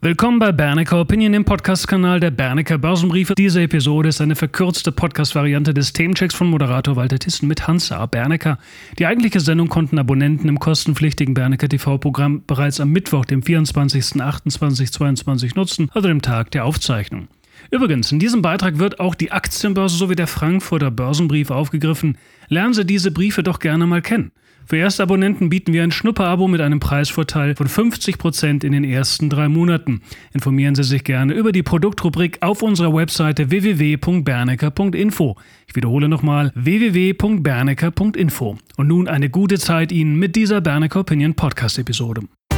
Willkommen bei Bernecker Opinion, dem Podcast-Kanal der Bernecker Börsenbriefe. Diese Episode ist eine verkürzte Podcast-Variante des Themenchecks von Moderator Walter Thyssen mit Hans A. Bernecker. Die eigentliche Sendung konnten Abonnenten im kostenpflichtigen Bernecker TV-Programm bereits am Mittwoch, dem 24.08.2022 nutzen, also dem Tag der Aufzeichnung. Übrigens, in diesem Beitrag wird auch die Aktienbörse sowie der Frankfurter Börsenbrief aufgegriffen. Lernen Sie diese Briefe doch gerne mal kennen. Für Erstabonnenten bieten wir ein Schnupperabo mit einem Preisvorteil von 50% in den ersten 3 Monaten. Informieren Sie sich gerne über die Produktrubrik auf unserer Webseite www.bernecker.info. Ich wiederhole nochmal www.bernecker.info. Und nun eine gute Zeit Ihnen mit dieser Bernecker Opinion Podcast-Episode.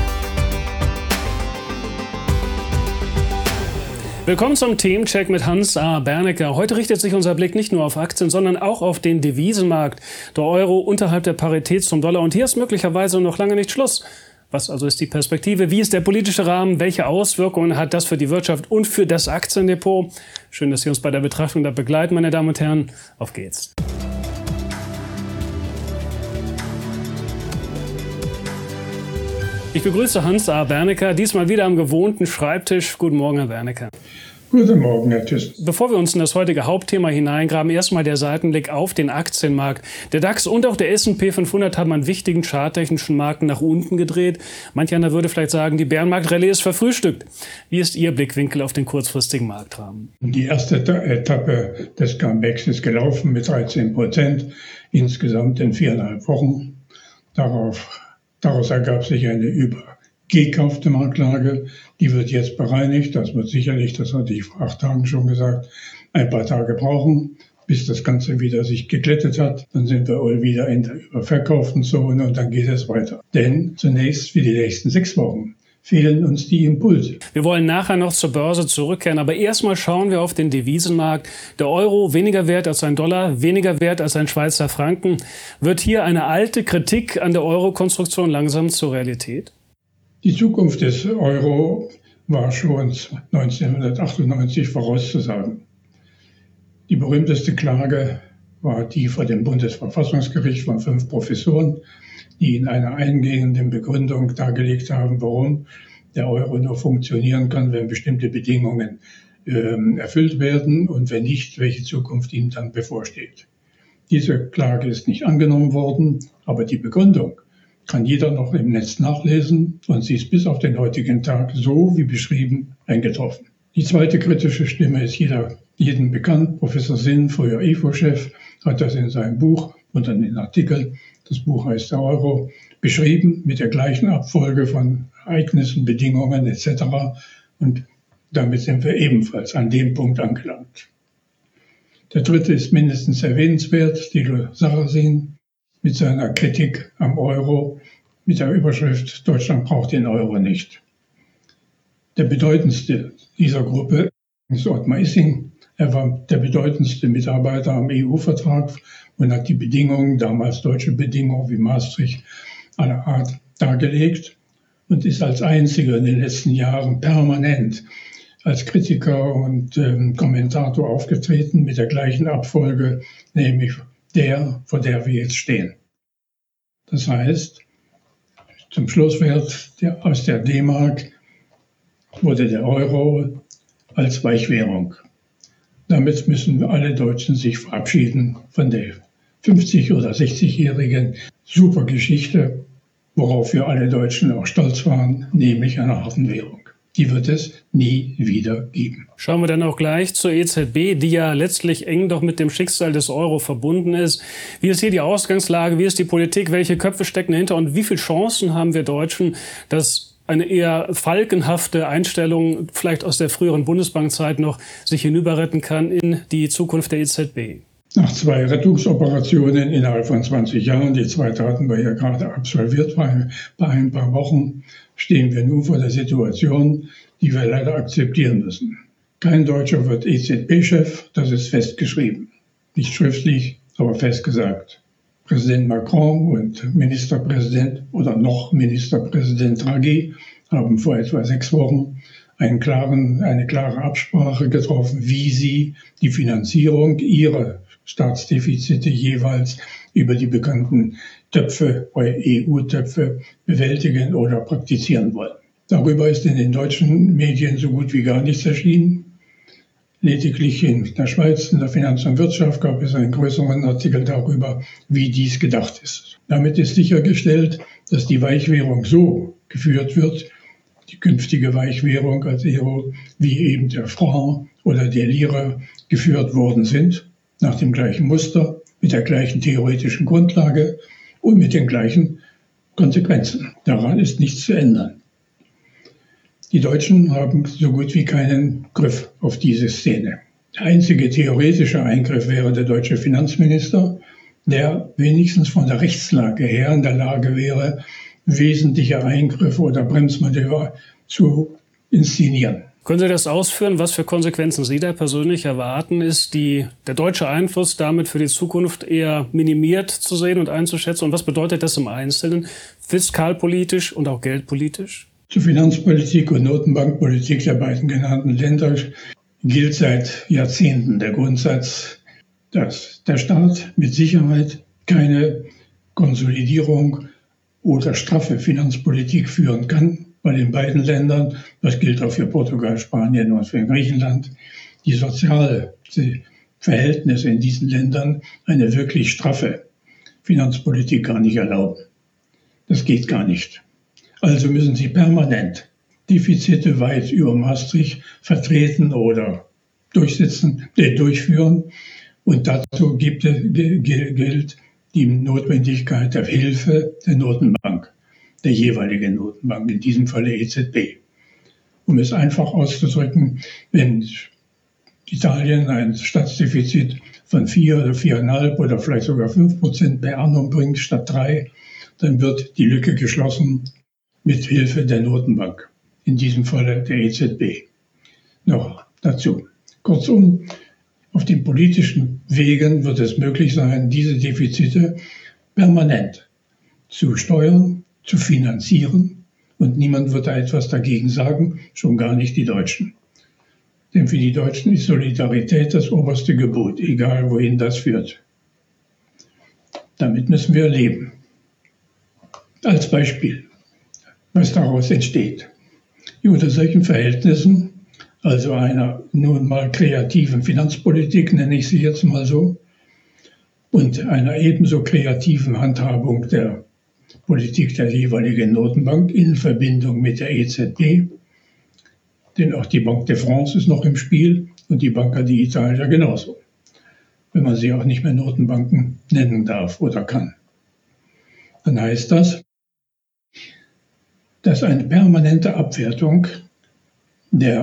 Willkommen zum Themencheck mit Hans A. Bernecker. Heute richtet sich unser Blick nicht nur auf Aktien, sondern auch auf den Devisenmarkt. Der Euro unterhalb der Parität zum Dollar. Und hier ist möglicherweise noch lange nicht Schluss. Was also ist die Perspektive? Wie ist der politische Rahmen? Welche Auswirkungen hat das für die Wirtschaft und für das Aktiendepot? Schön, dass Sie uns bei der Betrachtung da begleiten, meine Damen und Herren. Auf geht's. Ich begrüße Hans A. Bernecker, diesmal wieder am gewohnten Schreibtisch. Guten Morgen, Herr Bernecker. Guten Morgen, Herr Thyssen. Bevor wir uns in das heutige Hauptthema hineingraben, erstmal der Seitenblick auf den Aktienmarkt. Der DAX und auch der S&P 500 haben an wichtigen charttechnischen Marken nach unten gedreht. Manch einer würde vielleicht sagen, die Bärenmarktrallye ist verfrühstückt. Wie ist Ihr Blickwinkel auf den kurzfristigen Marktrahmen? Die erste Etappe des Comebacks ist gelaufen mit 13%, insgesamt in 4,5 Wochen. Daraus ergab sich eine übergekaufte Marktlage. Die wird jetzt bereinigt. Das wird sicherlich, das hatte ich vor 8 Tagen schon gesagt, ein paar Tage brauchen, bis das Ganze wieder sich geglättet hat. Dann sind wir wohl wieder in der überverkauften Zone und dann geht es weiter. Denn zunächst für die nächsten 6 Wochen fehlen uns die Impulse. Wir wollen nachher noch zur Börse zurückkehren, aber erstmal schauen wir auf den Devisenmarkt. Der Euro weniger wert als ein Dollar, weniger wert als ein Schweizer Franken. Wird hier eine alte Kritik an der Euro-Konstruktion langsam zur Realität? Die Zukunft des Euro war schon 1998 vorauszusagen. Die berühmteste Klage war die vor dem Bundesverfassungsgericht von 5 Professoren, die in einer eingehenden Begründung dargelegt haben, warum der Euro nur funktionieren kann, wenn bestimmte Bedingungen erfüllt werden und wenn nicht, welche Zukunft ihm dann bevorsteht. Diese Klage ist nicht angenommen worden, aber die Begründung kann jeder noch im Netz nachlesen und sie ist bis auf den heutigen Tag so wie beschrieben eingetroffen. Die zweite kritische Stimme ist jedem bekannt. Professor Sinn, früher IFO-Chef, hat das in seinem Buch und dann in Artikel, das Buch heißt der Euro, beschrieben mit der gleichen Abfolge von Ereignissen, Bedingungen etc. Und damit sind wir ebenfalls an dem Punkt angelangt. Der dritte ist mindestens erwähnenswert, Thilo Sarrazin, mit seiner Kritik am Euro, mit der Überschrift Deutschland braucht den Euro nicht. Der bedeutendste dieser Gruppe ist Ottmar Issing. Er war der bedeutendste Mitarbeiter am EU-Vertrag und hat die Bedingungen, damals deutsche Bedingungen wie Maastricht, aller Art dargelegt und ist als einziger in den letzten Jahren permanent als Kritiker und Kommentator aufgetreten mit der gleichen Abfolge, nämlich der, vor der wir jetzt stehen. Das heißt, zum Schlusswert aus der D-Mark wurde der Euro als Weichwährung. Damit müssen alle Deutschen sich verabschieden von der 50- oder 60-jährigen Supergeschichte, worauf wir alle Deutschen auch stolz waren, nämlich einer harten Währung. Die wird es nie wieder geben. Schauen wir dann auch gleich zur EZB, die ja letztlich eng doch mit dem Schicksal des Euro verbunden ist. Wie ist hier die Ausgangslage? Wie ist die Politik? Welche Köpfe stecken dahinter? Und wie viele Chancen haben wir Deutschen, dass eine eher falkenhafte Einstellung vielleicht aus der früheren Bundesbankzeit noch sich hinüberretten kann in die Zukunft der EZB? Nach 2 Rettungsoperationen innerhalb von 20 Jahren, die zweite hatten wir ja gerade absolviert bei ein paar Wochen, stehen wir nun vor der Situation, die wir leider akzeptieren müssen. Kein Deutscher wird EZB-Chef, das ist festgeschrieben. Nicht schriftlich, aber festgesagt. Präsident Macron und Ministerpräsident oder noch Ministerpräsident Draghi haben vor etwa 6 Wochen eine klare Absprache getroffen, wie sie die Finanzierung ihrer Staatsdefizite jeweils über die bekannten Töpfe, EU-Töpfe bewältigen oder praktizieren wollen. Darüber ist in den deutschen Medien so gut wie gar nichts erschienen. Lediglich in der Schweiz, in der Finanz und Wirtschaft, gab es einen größeren Artikel darüber, wie dies gedacht ist. Damit ist sichergestellt, dass die Weichwährung so geführt wird, die künftige Weichwährung als Euro, wie eben der Franc oder der Lira geführt worden sind, nach dem gleichen Muster, mit der gleichen theoretischen Grundlage und mit den gleichen Konsequenzen. Daran ist nichts zu ändern. Die Deutschen haben so gut wie keinen Griff auf diese Szene. Der einzige theoretische Eingriff wäre der deutsche Finanzminister, der wenigstens von der Rechtslage her in der Lage wäre, wesentliche Eingriffe oder Bremsmanöver zu inszenieren. Können Sie das ausführen, was für Konsequenzen Sie da persönlich erwarten? Ist der deutsche Einfluss damit für die Zukunft eher minimiert zu sehen und einzuschätzen? Und was bedeutet das im Einzelnen, fiskalpolitisch und auch geldpolitisch? Zur Finanzpolitik und Notenbankpolitik der beiden genannten Länder gilt seit Jahrzehnten der Grundsatz, dass der Staat mit Sicherheit keine Konsolidierung oder straffe Finanzpolitik führen kann, weil in beiden Ländern, das gilt auch für Portugal, Spanien und für Griechenland, die sozialen Verhältnisse in diesen Ländern eine wirklich straffe Finanzpolitik gar nicht erlauben. Das geht gar nicht. Also müssen sie permanent Defizite weit über Maastricht vertreten oder durchführen. Und dazu gilt die Notwendigkeit der Hilfe der Notenbank, der jeweiligen Notenbank, in diesem Falle EZB. Um es einfach auszudrücken, wenn Italien ein Staatsdefizit von 4 oder 4,5 oder vielleicht sogar 5% per annum bringt statt 3, dann wird die Lücke geschlossen mit Hilfe der Notenbank, in diesem Falle der EZB. Noch dazu. Kurzum, auf den politischen Wegen wird es möglich sein, diese Defizite permanent zu steuern, zu finanzieren, und niemand wird da etwas dagegen sagen, schon gar nicht die Deutschen. Denn für die Deutschen ist Solidarität das oberste Gebot, egal wohin das führt. Damit müssen wir leben. Als Beispiel, was daraus entsteht. Unter solchen Verhältnissen, also einer nun mal kreativen Finanzpolitik, nenne ich sie jetzt mal so, und einer ebenso kreativen Handhabung der Politik der jeweiligen Notenbank in Verbindung mit der EZB, denn auch die Banque de France ist noch im Spiel und die Banca d'Italia genauso, wenn man sie auch nicht mehr Notenbanken nennen darf oder kann. Dann heißt das, dass eine permanente Abwertung des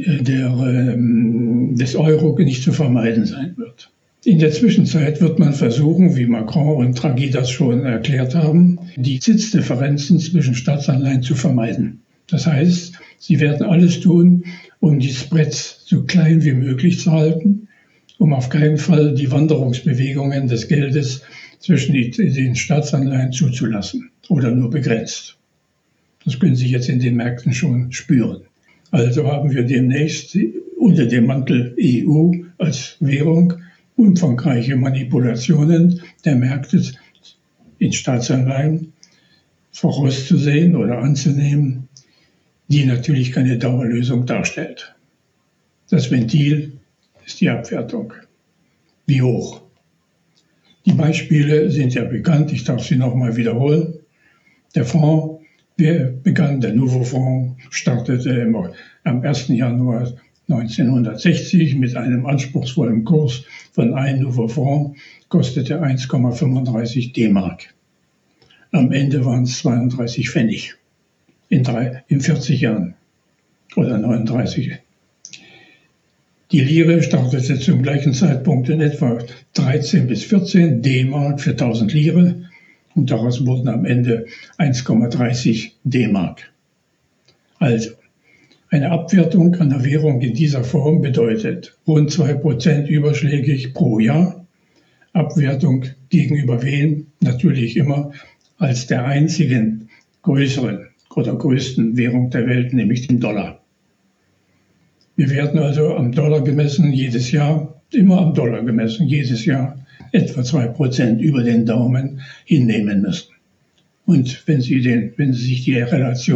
Euro nicht zu vermeiden sein wird. In der Zwischenzeit wird man versuchen, wie Macron und Draghi das schon erklärt haben, die Zinzdifferenzen zwischen Staatsanleihen zu vermeiden. Das heißt, sie werden alles tun, um die Spreads so klein wie möglich zu halten, um auf keinen Fall die Wanderungsbewegungen des Geldes zwischen den Staatsanleihen zuzulassen oder nur begrenzt. Das können Sie jetzt in den Märkten schon spüren. Also haben wir demnächst unter dem Mantel EU als Währung umfangreiche Manipulationen der Märkte in Staatsanleihen vorauszusehen oder anzunehmen, die natürlich keine Dauerlösung darstellt. Das Ventil ist die Abwertung. Wie hoch? Die Beispiele sind ja bekannt, ich darf sie nochmal wiederholen. Der Franc der Nouveau Franc startete am 1. Januar 1960 mit einem anspruchsvollen Kurs von 1 Nouveau Franc, kostete 1,35 D-Mark. Am Ende waren es 32 Pfennig in 40 Jahren oder 39. Die Lire startete zum gleichen Zeitpunkt in etwa 13 bis 14 D-Mark für 1000 Lire. Und daraus wurden am Ende 1,30 D-Mark. Also, eine Abwertung einer Währung in dieser Form bedeutet rund 2% überschlägig pro Jahr. Abwertung gegenüber wem? Natürlich immer als der einzigen größeren oder größten Währung der Welt, nämlich dem Dollar. Wir werden also am Dollar gemessen jedes Jahr, immer am Dollar gemessen jedes Jahr, etwa 2% über den Daumen hinnehmen müssen. Und wenn Sie sich die Relation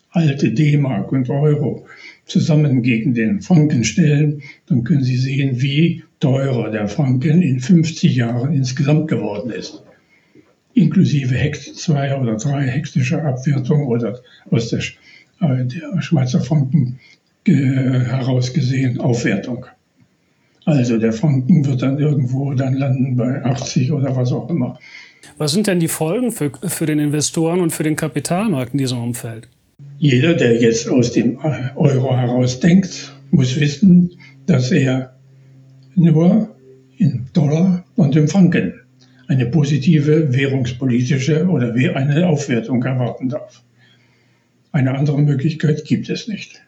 alte D-Mark und Euro zusammen gegen den Franken stellen, dann können Sie sehen, wie teurer der Franken in 50 Jahren insgesamt geworden ist. Inklusive 2 oder 3 hektischer Abwertung oder aus der Schweizer Franken herausgesehen Aufwertung. Also der Franken wird dann irgendwo dann landen bei 80 oder was auch immer. Was sind denn die Folgen für den Investoren und für den Kapitalmarkt in diesem Umfeld? Jeder, der jetzt aus dem Euro herausdenkt, muss wissen, dass er nur in Dollar und im Franken eine positive währungspolitische oder eine Aufwertung erwarten darf. Eine andere Möglichkeit gibt es nicht.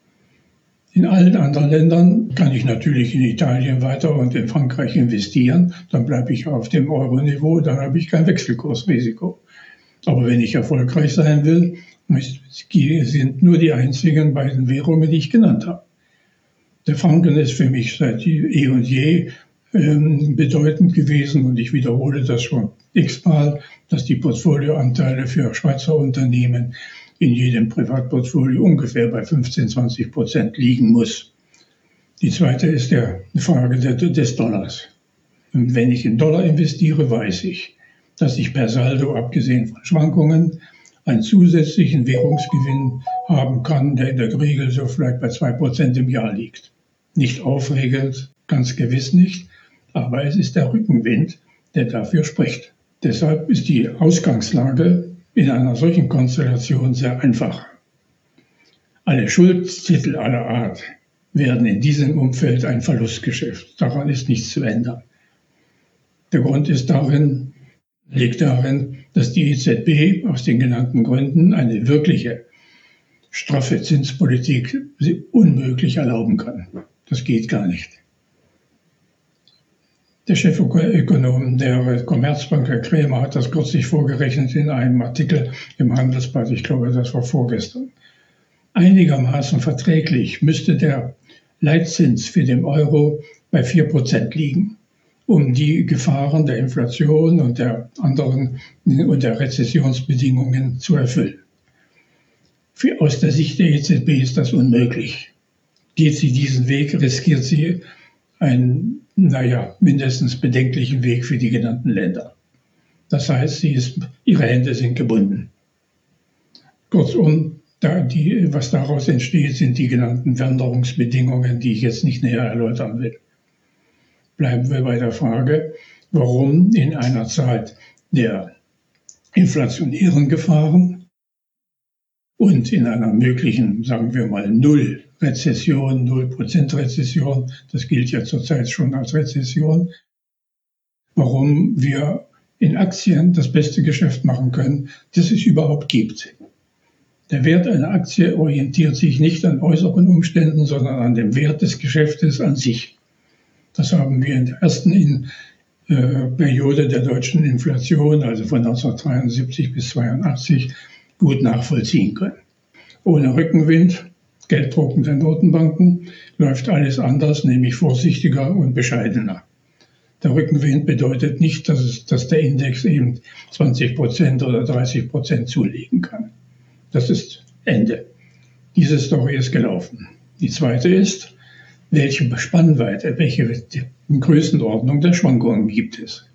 In allen anderen Ländern kann ich natürlich in Italien weiter und in Frankreich investieren, dann bleibe ich auf dem Euro-Niveau, dann habe ich kein Wechselkursrisiko. Aber wenn ich erfolgreich sein will, sind nur die einzigen beiden Währungen, die ich genannt habe. Der Franken ist für mich seit eh und je bedeutend gewesen und ich wiederhole das schon x-mal, dass die Portfolioanteile für Schweizer Unternehmen in jedem Privatportfolio ungefähr bei 15-20% liegen muss. Die zweite ist die Frage des Dollars. Und wenn ich in Dollar investiere, weiß ich, dass ich per Saldo, abgesehen von Schwankungen, einen zusätzlichen Währungsgewinn haben kann, der in der Regel so vielleicht bei 2% im Jahr liegt. Nicht aufregend, ganz gewiss nicht, aber es ist der Rückenwind, der dafür spricht. Deshalb ist die Ausgangslage in einer solchen Konstellation sehr einfach. Alle Schuldtitel aller Art werden in diesem Umfeld ein Verlustgeschäft. Daran ist nichts zu ändern. Der Grund liegt darin, dass die EZB aus den genannten Gründen eine wirkliche straffe Zinspolitik unmöglich erlauben kann. Das geht gar nicht. Der Chefökonom der Commerzbank, Herr Krämer, hat das kürzlich vorgerechnet in einem Artikel im Handelsblatt, ich glaube, das war vorgestern. Einigermaßen verträglich müsste der Leitzins für den Euro bei 4% liegen, um die Gefahren der Inflation und der Rezessionsbedingungen zu erfüllen. Aus der Sicht der EZB ist das unmöglich. Geht sie diesen Weg, riskiert sie einen, mindestens bedenklichen Weg für die genannten Länder. Das heißt, ihre Hände sind gebunden. Kurzum, was daraus entsteht, sind die genannten Wanderungsbedingungen, die ich jetzt nicht näher erläutern will. Bleiben wir bei der Frage, warum in einer Zeit der inflationären Gefahren und in einer möglichen, sagen wir mal, Null-Rezession, 0% Rezession, das gilt ja zurzeit schon als Rezession, warum wir in Aktien das beste Geschäft machen können, das es überhaupt gibt. Der Wert einer Aktie orientiert sich nicht an äußeren Umständen, sondern an dem Wert des Geschäftes an sich. Das haben wir in der ersten Periode der deutschen Inflation, also von 1973 bis 1982, gut nachvollziehen können. Ohne Rückenwind, Gelddrucken der Notenbanken, läuft alles anders, nämlich vorsichtiger und bescheidener. Der Rückenwind bedeutet nicht, dass der Index eben 20% oder 30% zulegen kann. Das ist Ende. Diese Story ist gelaufen. Die zweite ist, welche Spannweite, welche Größenordnung der Schwankungen gibt es.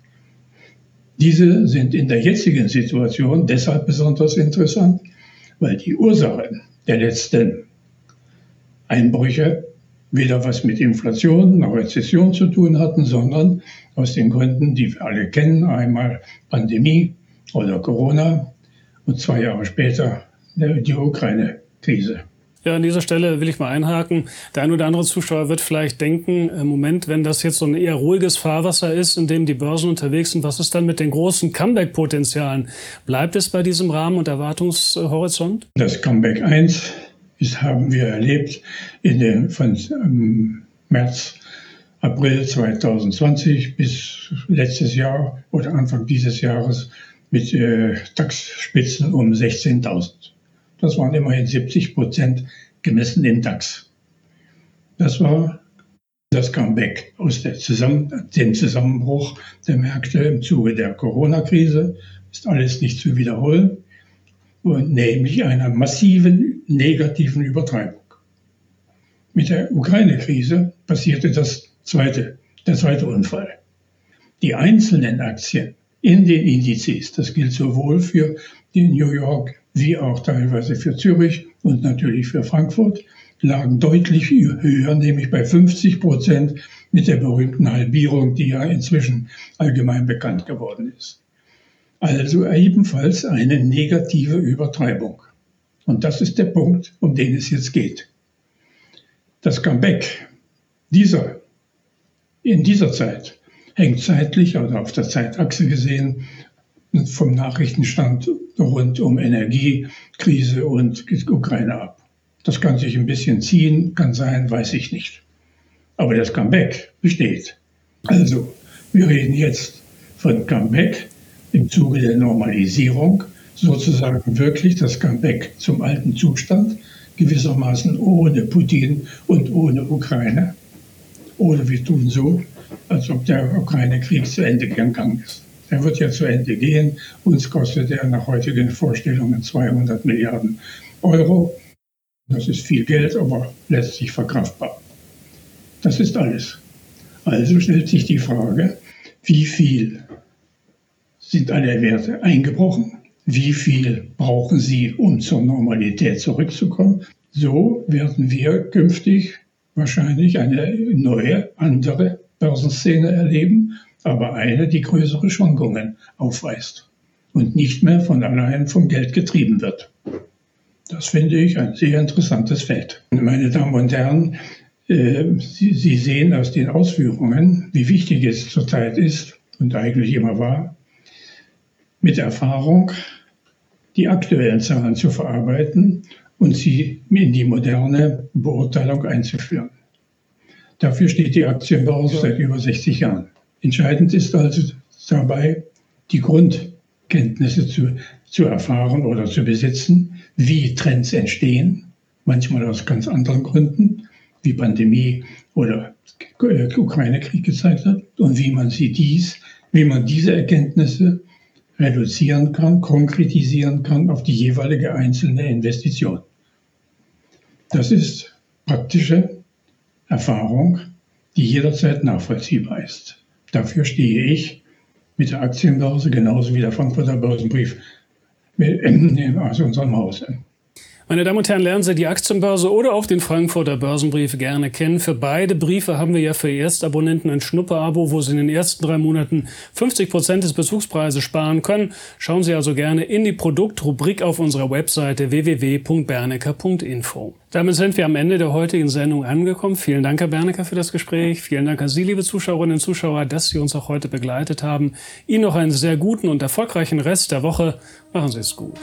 Diese sind in der jetzigen Situation deshalb besonders interessant, weil die Ursachen der letzten Einbrüche weder was mit Inflation noch Rezession zu tun hatten, sondern aus den Gründen, die wir alle kennen, einmal Pandemie oder Corona und 2 Jahre später die Ukraine-Krise. Ja, an dieser Stelle will ich mal einhaken. Der ein oder andere Zuschauer wird vielleicht denken, im Moment, wenn das jetzt so ein eher ruhiges Fahrwasser ist, in dem die Börsen unterwegs sind, was ist dann mit den großen Comeback-Potenzialen? Bleibt es bei diesem Rahmen- und Erwartungshorizont? Das Comeback 1 haben wir erlebt von März, April 2020 bis letztes Jahr oder Anfang dieses Jahres mit DAX-Spitzen um 16.000. Das waren immerhin 70% gemessen im DAX. Das war das Comeback aus dem Zusammenbruch der Märkte im Zuge der Corona-Krise. Ist alles nicht zu wiederholen. und nämlich einer massiven negativen Übertreibung. Mit der Ukraine-Krise passierte der zweite Unfall. Die einzelnen Aktien in den Indizes, das gilt sowohl für die New York wie auch teilweise für Zürich und natürlich für Frankfurt, lagen deutlich höher, nämlich bei 50% mit der berühmten Halbierung, die ja inzwischen allgemein bekannt geworden ist. Also ebenfalls eine negative Übertreibung. Und das ist der Punkt, um den es jetzt geht. Das Comeback in dieser Zeit hängt zeitlich oder auf der Zeitachse gesehen vom Nachrichtenstand rund um Energiekrise und Ukraine ab. Das kann sich ein bisschen ziehen, kann sein, weiß ich nicht. Aber das Comeback besteht. Also, wir reden jetzt von Comeback im Zuge der Normalisierung, sozusagen wirklich das Comeback zum alten Zustand, gewissermaßen ohne Putin und ohne Ukraine. Oder wir tun so, als ob der Ukraine-Krieg zu Ende gegangen ist. Er wird ja zu Ende gehen. Uns kostet er nach heutigen Vorstellungen 200 Milliarden Euro. Das ist viel Geld, aber letztlich verkraftbar. Das ist alles. Also stellt sich die Frage, wie viel sind alle Werte eingebrochen? Wie viel brauchen sie, um zur Normalität zurückzukommen? So werden wir künftig wahrscheinlich eine neue, andere Börsenszene erleben, aber eine, die größere Schwankungen aufweist und nicht mehr von allein vom Geld getrieben wird. Das finde ich ein sehr interessantes Feld. Meine Damen und Herren, Sie sehen aus den Ausführungen, wie wichtig es zurzeit ist und eigentlich immer war, mit Erfahrung die aktuellen Zahlen zu verarbeiten und sie in die moderne Beurteilung einzuführen. Dafür steht die Aktienbörse seit über 60 Jahren. Entscheidend ist also dabei, die Grundkenntnisse zu erfahren oder zu besitzen, wie Trends entstehen, manchmal aus ganz anderen Gründen, wie Pandemie oder Ukraine-Krieg gezeigt hat, und wie man diese Erkenntnisse reduzieren kann, konkretisieren kann auf die jeweilige einzelne Investition. Das ist praktische Erfahrung, die jederzeit nachvollziehbar ist. Dafür stehe ich mit der Aktienbörse genauso wie der Frankfurter Börsenbrief aus unserem Hause. Meine Damen und Herren, lernen Sie die Aktienbörse oder auch den Frankfurter Börsenbrief gerne kennen. Für beide Briefe haben wir ja für Erstabonnenten ein Schnupperabo, wo Sie in den ersten 3 Monaten 50% des Bezugspreises sparen können. Schauen Sie also gerne in die Produktrubrik auf unserer Webseite www.bernecker.info. Damit sind wir am Ende der heutigen Sendung angekommen. Vielen Dank, Herr Bernecker, für das Gespräch. Vielen Dank an Sie, liebe Zuschauerinnen und Zuschauer, dass Sie uns auch heute begleitet haben. Ihnen noch einen sehr guten und erfolgreichen Rest der Woche. Machen Sie es gut.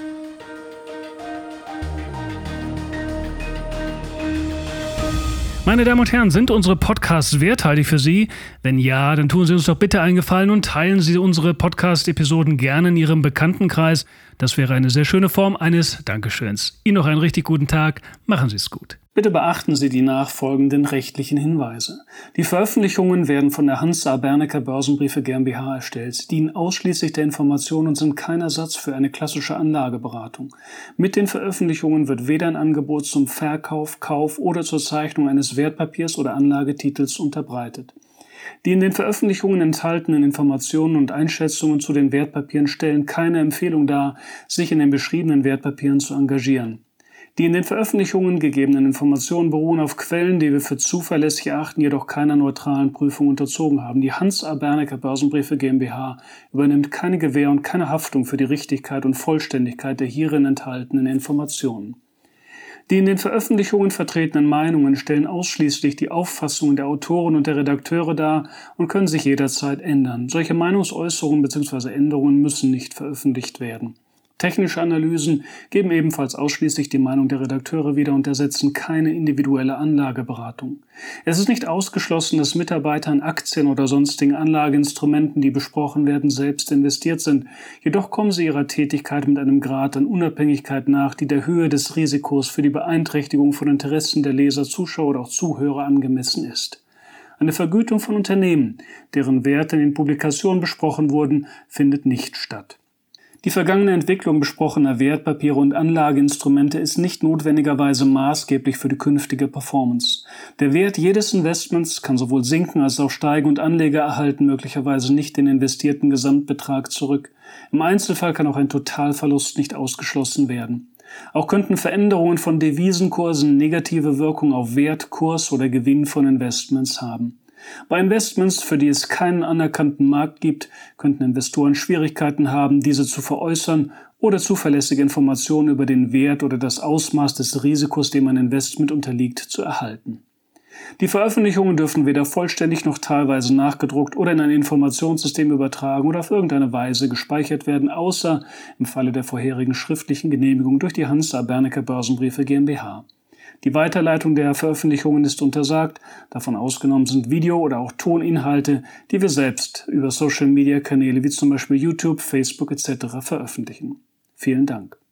Meine Damen und Herren, sind unsere Podcasts werthaltig für Sie? Wenn ja, dann tun Sie uns doch bitte einen Gefallen und teilen Sie unsere Podcast-Episoden gerne in Ihrem Bekanntenkreis. Das wäre eine sehr schöne Form eines Dankeschöns. Ihnen noch einen richtig guten Tag. Machen Sie es gut. Bitte beachten Sie die nachfolgenden rechtlichen Hinweise. Die Veröffentlichungen werden von der Hans A. Bernecker Börsenbriefe GmbH erstellt. Sie dienen ausschließlich der Information und sind kein Ersatz für eine klassische Anlageberatung. Mit den Veröffentlichungen wird weder ein Angebot zum Verkauf, Kauf oder zur Zeichnung eines Wertpapiers oder Anlagetitels unterbreitet. Die in den Veröffentlichungen enthaltenen Informationen und Einschätzungen zu den Wertpapieren stellen keine Empfehlung dar, sich in den beschriebenen Wertpapieren zu engagieren. Die in den Veröffentlichungen gegebenen Informationen beruhen auf Quellen, die wir für zuverlässig erachten, jedoch keiner neutralen Prüfung unterzogen haben. Die Hans A. Bernecker Börsenbriefe GmbH übernimmt keine Gewähr und keine Haftung für die Richtigkeit und Vollständigkeit der hierin enthaltenen Informationen. Die in den Veröffentlichungen vertretenen Meinungen stellen ausschließlich die Auffassungen der Autoren und der Redakteure dar und können sich jederzeit ändern. Solche Meinungsäußerungen bzw. Änderungen müssen nicht veröffentlicht werden. Technische Analysen geben ebenfalls ausschließlich die Meinung der Redakteure wieder und ersetzen keine individuelle Anlageberatung. Es ist nicht ausgeschlossen, dass Mitarbeiter in Aktien oder sonstigen Anlageinstrumenten, die besprochen werden, selbst investiert sind. Jedoch kommen sie ihrer Tätigkeit mit einem Grad an Unabhängigkeit nach, die der Höhe des Risikos für die Beeinträchtigung von Interessen der Leser, Zuschauer oder auch Zuhörer angemessen ist. Eine Vergütung von Unternehmen, deren Werte in den Publikationen besprochen wurden, findet nicht statt. Die vergangene Entwicklung besprochener Wertpapiere und Anlageinstrumente ist nicht notwendigerweise maßgeblich für die künftige Performance. Der Wert jedes Investments kann sowohl sinken als auch steigen und Anleger erhalten möglicherweise nicht den investierten Gesamtbetrag zurück. Im Einzelfall kann auch ein Totalverlust nicht ausgeschlossen werden. Auch könnten Veränderungen von Devisenkursen negative Wirkung auf Wert, Kurs oder Gewinn von Investments haben. Bei Investments, für die es keinen anerkannten Markt gibt, könnten Investoren Schwierigkeiten haben, diese zu veräußern oder zuverlässige Informationen über den Wert oder das Ausmaß des Risikos, dem ein Investment unterliegt, zu erhalten. Die Veröffentlichungen dürfen weder vollständig noch teilweise nachgedruckt oder in ein Informationssystem übertragen oder auf irgendeine Weise gespeichert werden, außer im Falle der vorherigen schriftlichen Genehmigung durch die Hansa-Bernecker Börsenbriefe GmbH. Die Weiterleitung der Veröffentlichungen ist untersagt, davon ausgenommen sind Video- oder auch Toninhalte, die wir selbst über Social-Media-Kanäle wie zum Beispiel YouTube, Facebook etc. veröffentlichen. Vielen Dank.